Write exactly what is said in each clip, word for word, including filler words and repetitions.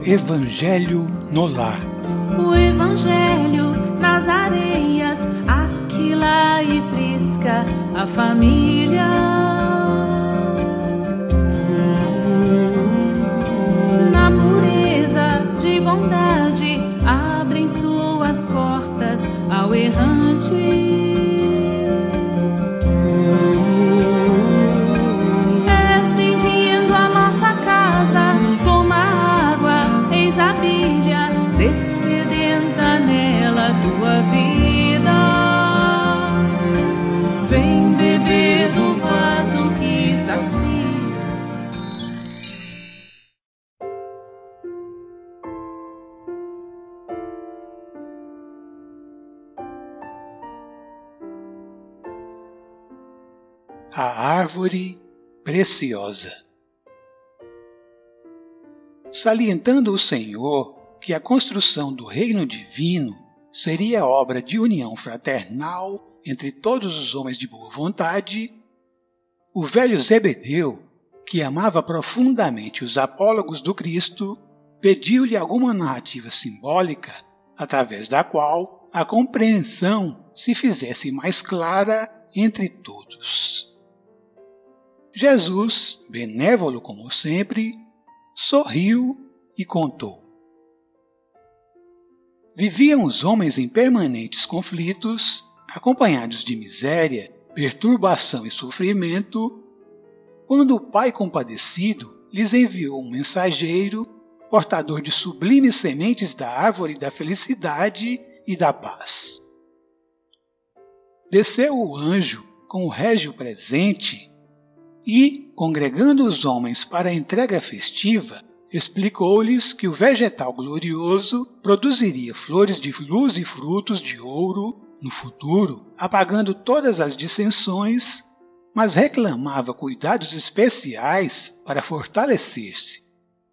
Evangelho no Lar. O Evangelho nas areias, Aquila e Prisca, a família. Na pureza de bondade, abrem suas portas ao errante. Descedenta nela tua vida, vem beber do vaso que sacia. A árvore preciosa. Salientando o Senhor que a construção do reino divino seria obra de união fraternal entre todos os homens de boa vontade, o velho Zebedeu, que amava profundamente os apólogos do Cristo, pediu-lhe alguma narrativa simbólica através da qual a compreensão se fizesse mais clara entre todos. Jesus, benévolo como sempre, sorriu e contou. Viviam os homens em permanentes conflitos, acompanhados de miséria, perturbação e sofrimento, quando o Pai compadecido lhes enviou um mensageiro, portador de sublimes sementes da árvore da felicidade e da paz. Desceu o anjo com o régio presente e, congregando os homens para a entrega festiva, explicou-lhes que o vegetal glorioso produziria flores de luz e frutos de ouro no futuro, apagando todas as dissensões, mas reclamava cuidados especiais para fortalecer-se.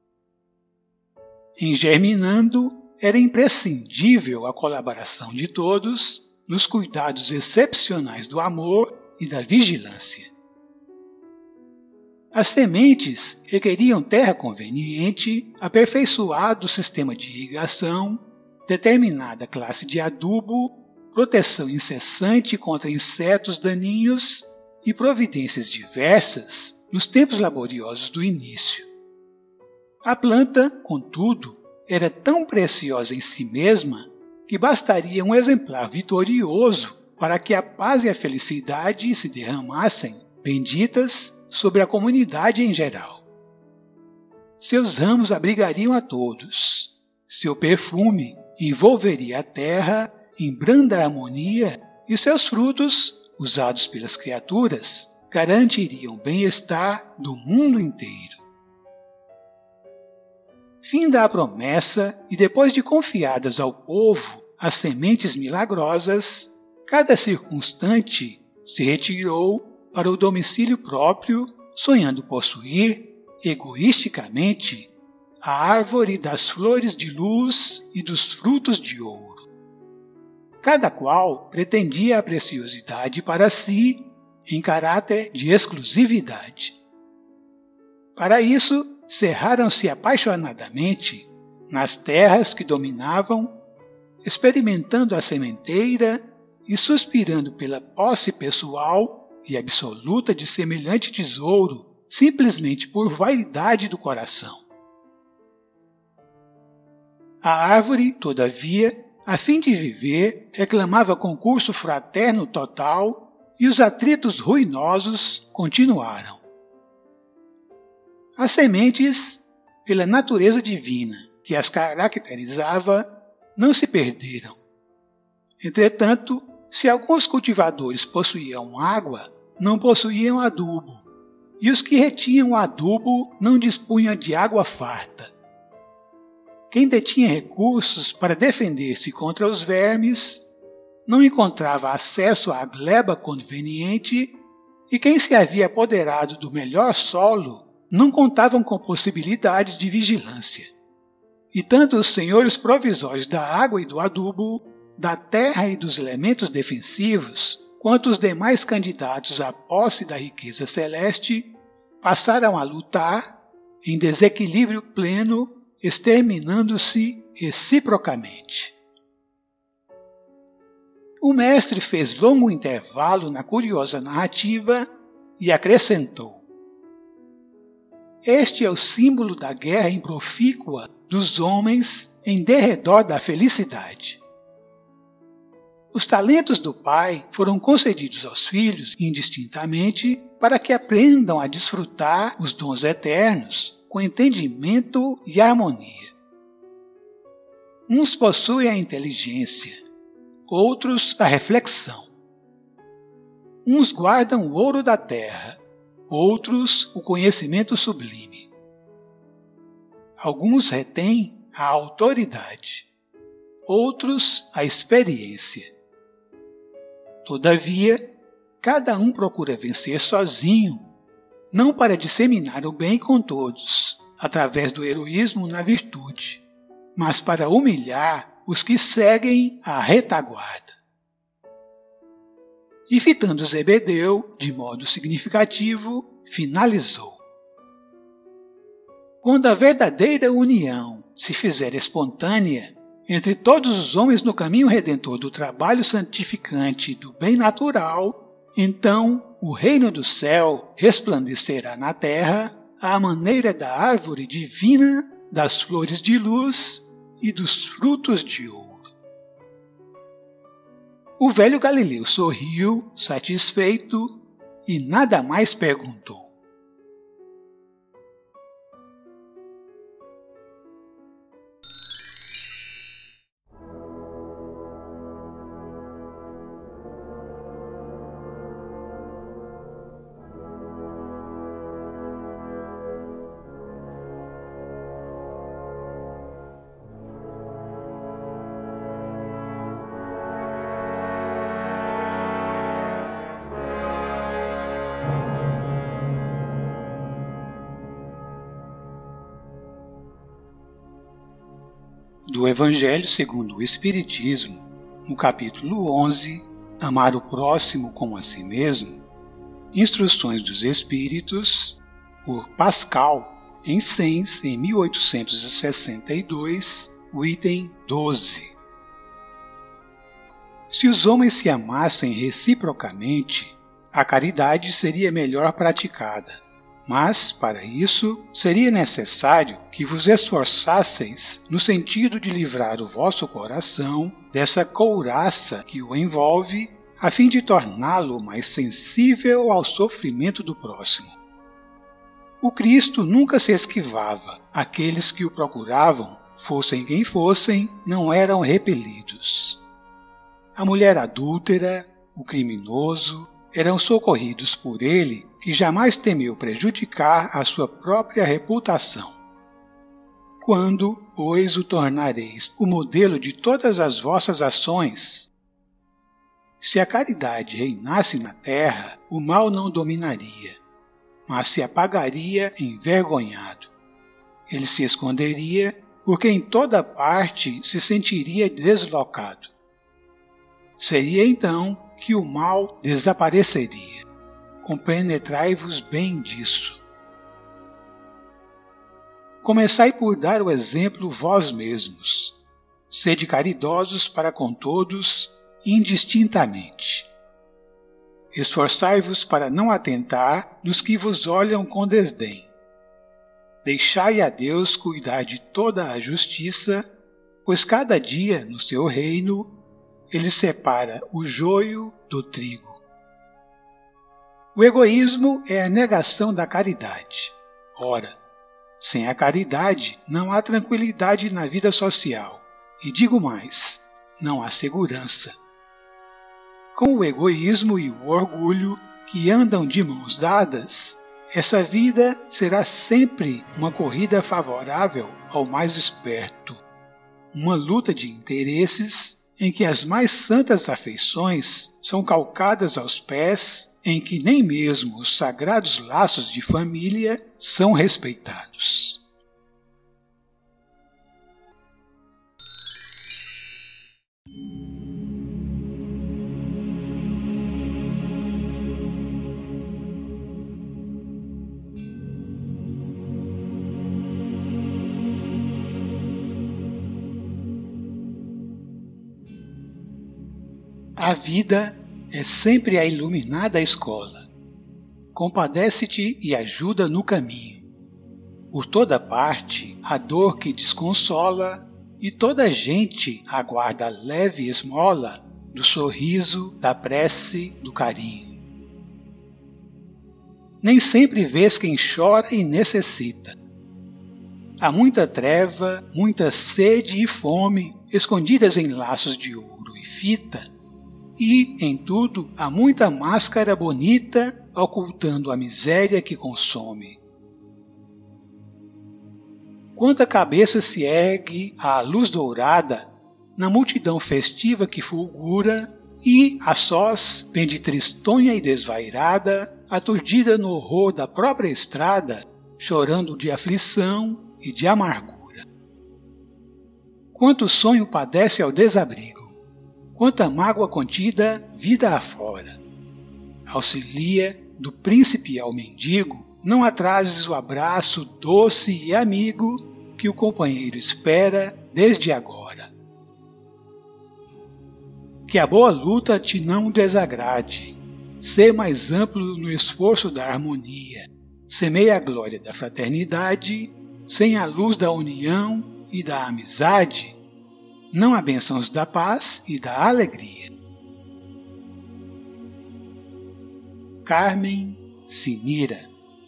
Em germinando, era imprescindível a colaboração de todos nos cuidados excepcionais do amor e da vigilância. As sementes requeriam terra conveniente, aperfeiçoado sistema de irrigação, determinada classe de adubo, proteção incessante contra insetos daninhos e providências diversas nos tempos laboriosos do início. A planta, contudo, era tão preciosa em si mesma que bastaria um exemplar vitorioso para que a paz e a felicidade se derramassem, benditas, sobre a comunidade em geral. Seus ramos abrigariam a todos. Seu perfume envolveria a terra em branda harmonia e seus frutos, usados pelas criaturas, garantiriam o bem-estar do mundo inteiro. Finda a promessa e depois de confiadas ao povo as sementes milagrosas, cada circunstante se retirou para o domicílio próprio, sonhando possuir, egoisticamente, a árvore das flores de luz e dos frutos de ouro. Cada qual pretendia a preciosidade para si, em caráter de exclusividade. Para isso, cerraram-se apaixonadamente nas terras que dominavam, experimentando a sementeira e suspirando pela posse pessoal e absoluta de semelhante tesouro, simplesmente por vaidade do coração. A árvore, todavia, a fim de viver, reclamava concurso fraterno total e os atritos ruinosos continuaram. As sementes, pela natureza divina que as caracterizava, não se perderam. Entretanto, se alguns cultivadores possuíam água, não possuíam adubo, e os que retinham o adubo não dispunham de água farta. Quem detinha recursos para defender-se contra os vermes, não encontrava acesso à gleba conveniente, e quem se havia apoderado do melhor solo, não contavam com possibilidades de vigilância. E tanto os senhores provisórios da água e do adubo, da terra e dos elementos defensivos, quanto os demais candidatos à posse da riqueza celeste, passaram a lutar em desequilíbrio pleno exterminando-se reciprocamente. O mestre fez longo intervalo na curiosa narrativa e acrescentou: este é o símbolo da guerra improfícua dos homens em derredor da felicidade. Os talentos do Pai foram concedidos aos filhos indistintamente para que aprendam a desfrutar os dons eternos com entendimento e harmonia. Uns possuem a inteligência, outros a reflexão. Uns guardam o ouro da terra, outros o conhecimento sublime. Alguns retêm a autoridade, outros a experiência. Todavia, cada um procura vencer sozinho, não para disseminar o bem com todos, através do heroísmo na virtude, mas para humilhar os que seguem a retaguarda. E fitando Zebedeu, de modo significativo, finalizou: quando a verdadeira união se fizer espontânea entre todos os homens no caminho redentor do trabalho santificante do bem natural, então o reino do céu resplandecerá na terra à maneira da árvore divina, das flores de luz e dos frutos de ouro. O velho Galileu sorriu, satisfeito, e nada mais perguntou. Do Evangelho segundo o Espiritismo, no capítulo onze, Amar o próximo como a si mesmo, Instruções dos Espíritos, por Pascal, em Sens, em mil oitocentos e sessenta e dois, o item doze. Se os homens se amassem reciprocamente, a caridade seria melhor praticada. Mas, para isso, seria necessário que vos esforçasseis no sentido de livrar o vosso coração dessa couraça que o envolve, a fim de torná-lo mais sensível ao sofrimento do próximo. O Cristo nunca se esquivava. Aqueles que o procuravam, fossem quem fossem, não eram repelidos. A mulher adúltera, o criminoso, eram socorridos por ele, que jamais temeu prejudicar a sua própria reputação. Quando, pois, o tornareis o modelo de todas as vossas ações? Se a caridade reinasse na terra, o mal não dominaria, mas se apagaria envergonhado. Ele se esconderia, porque em toda parte se sentiria deslocado. Seria então que o mal desapareceria. Compenetrai-vos bem disso. Começai por dar o exemplo vós mesmos. Sede caridosos para com todos, indistintamente. Esforçai-vos para não atentar nos que vos olham com desdém. Deixai a Deus cuidar de toda a justiça, pois cada dia no seu reino ele separa o joio do trigo. O egoísmo é a negação da caridade. Ora, sem a caridade não há tranquilidade na vida social, e digo mais, não há segurança. Com o egoísmo e o orgulho que andam de mãos dadas, essa vida será sempre uma corrida favorável ao mais esperto, uma luta de interesses em que as mais santas afeições são calcadas aos pés, em que nem mesmo os sagrados laços de família são respeitados. A vida é sempre a iluminada escola. Compadece-te e ajuda no caminho. Por toda parte, a dor que desconsola, e toda gente aguarda a leve esmola do sorriso, da prece, do carinho. Nem sempre vês quem chora e necessita. Há muita treva, muita sede e fome, escondidas em laços de ouro e fita, e, em tudo, há muita máscara bonita, ocultando a miséria que consome. Quanta cabeça se ergue à luz dourada, na multidão festiva que fulgura, e, a sós, pende tristonha e desvairada, aturdida no horror da própria estrada, chorando de aflição e de amargura. Quanto sonho padece ao desabrigo, quanta mágoa contida vida afora. Auxilia, do príncipe ao mendigo, não atrases o abraço doce e amigo que o companheiro espera desde agora. Que a boa luta te não desagrade, sê mais amplo no esforço da harmonia, semeia a glória da fraternidade, sem a luz da união e da amizade, não há bênçãos da paz e da alegria. Carmen Sinira.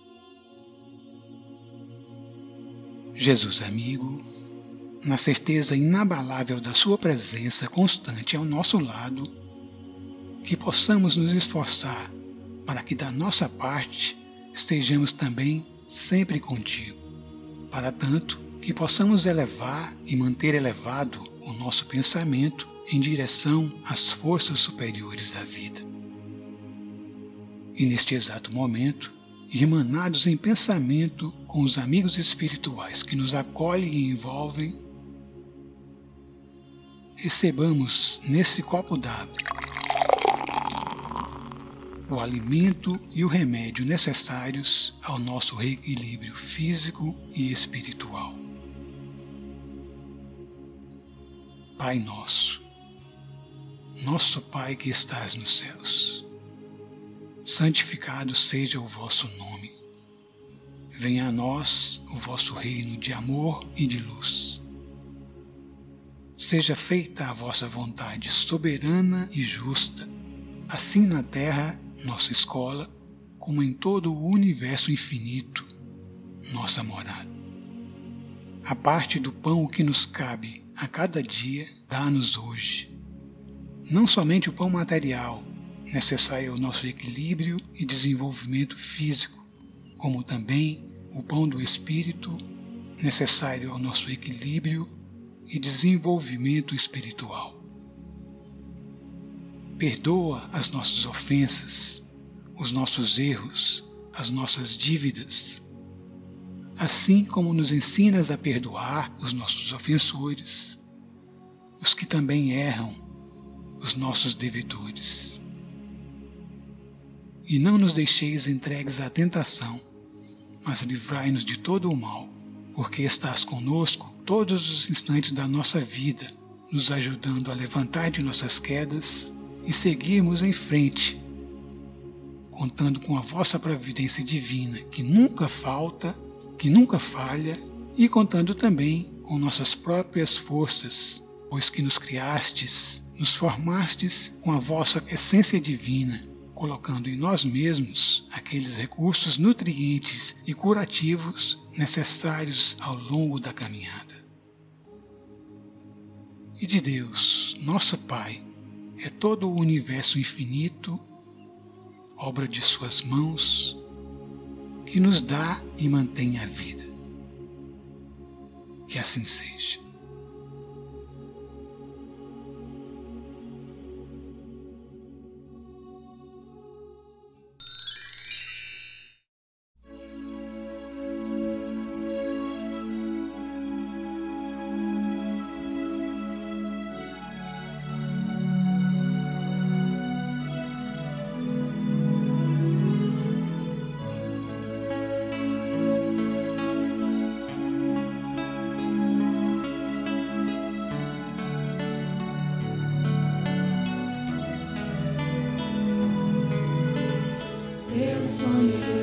Jesus amigo, na certeza inabalável da sua presença constante ao nosso lado, que possamos nos esforçar para que da nossa parte estejamos também sempre contigo, para tanto que possamos elevar e manter elevado o nosso pensamento em direção às forças superiores da vida. E neste exato momento, irmanados em pensamento com os amigos espirituais que nos acolhem e envolvem, recebamos nesse copo d'água o alimento e o remédio necessários ao nosso reequilíbrio físico e espiritual. Pai nosso, nosso Pai que estás nos céus, santificado seja o vosso nome. Venha a nós o vosso reino de amor e de luz. Seja feita a vossa vontade soberana e justa, assim na terra, nossa escola, como em todo o universo infinito, nossa morada. A parte do pão que nos cabe a cada dia, dá-nos hoje. Não somente o pão material, necessário ao nosso equilíbrio e desenvolvimento físico, como também o pão do Espírito, necessário ao nosso equilíbrio e desenvolvimento espiritual. Perdoa as nossas ofensas, os nossos erros, as nossas dívidas, assim como nos ensinas a perdoar os nossos ofensores, os que também erram, os nossos devedores. E não nos deixeis entregues à tentação, mas livrai-nos de todo o mal, porque estás conosco todos os instantes da nossa vida, nos ajudando a levantar de nossas quedas e seguirmos em frente, contando com a vossa providência divina, que nunca falta, que nunca falha, e contando também com nossas próprias forças, pois que nos criastes, nos formastes com a vossa essência divina, colocando em nós mesmos aqueles recursos nutrientes e curativos necessários ao longo da caminhada. E de Deus, nosso Pai, é todo o universo infinito, obra de suas mãos, que nos dá e mantém a vida. Que assim seja. sonho.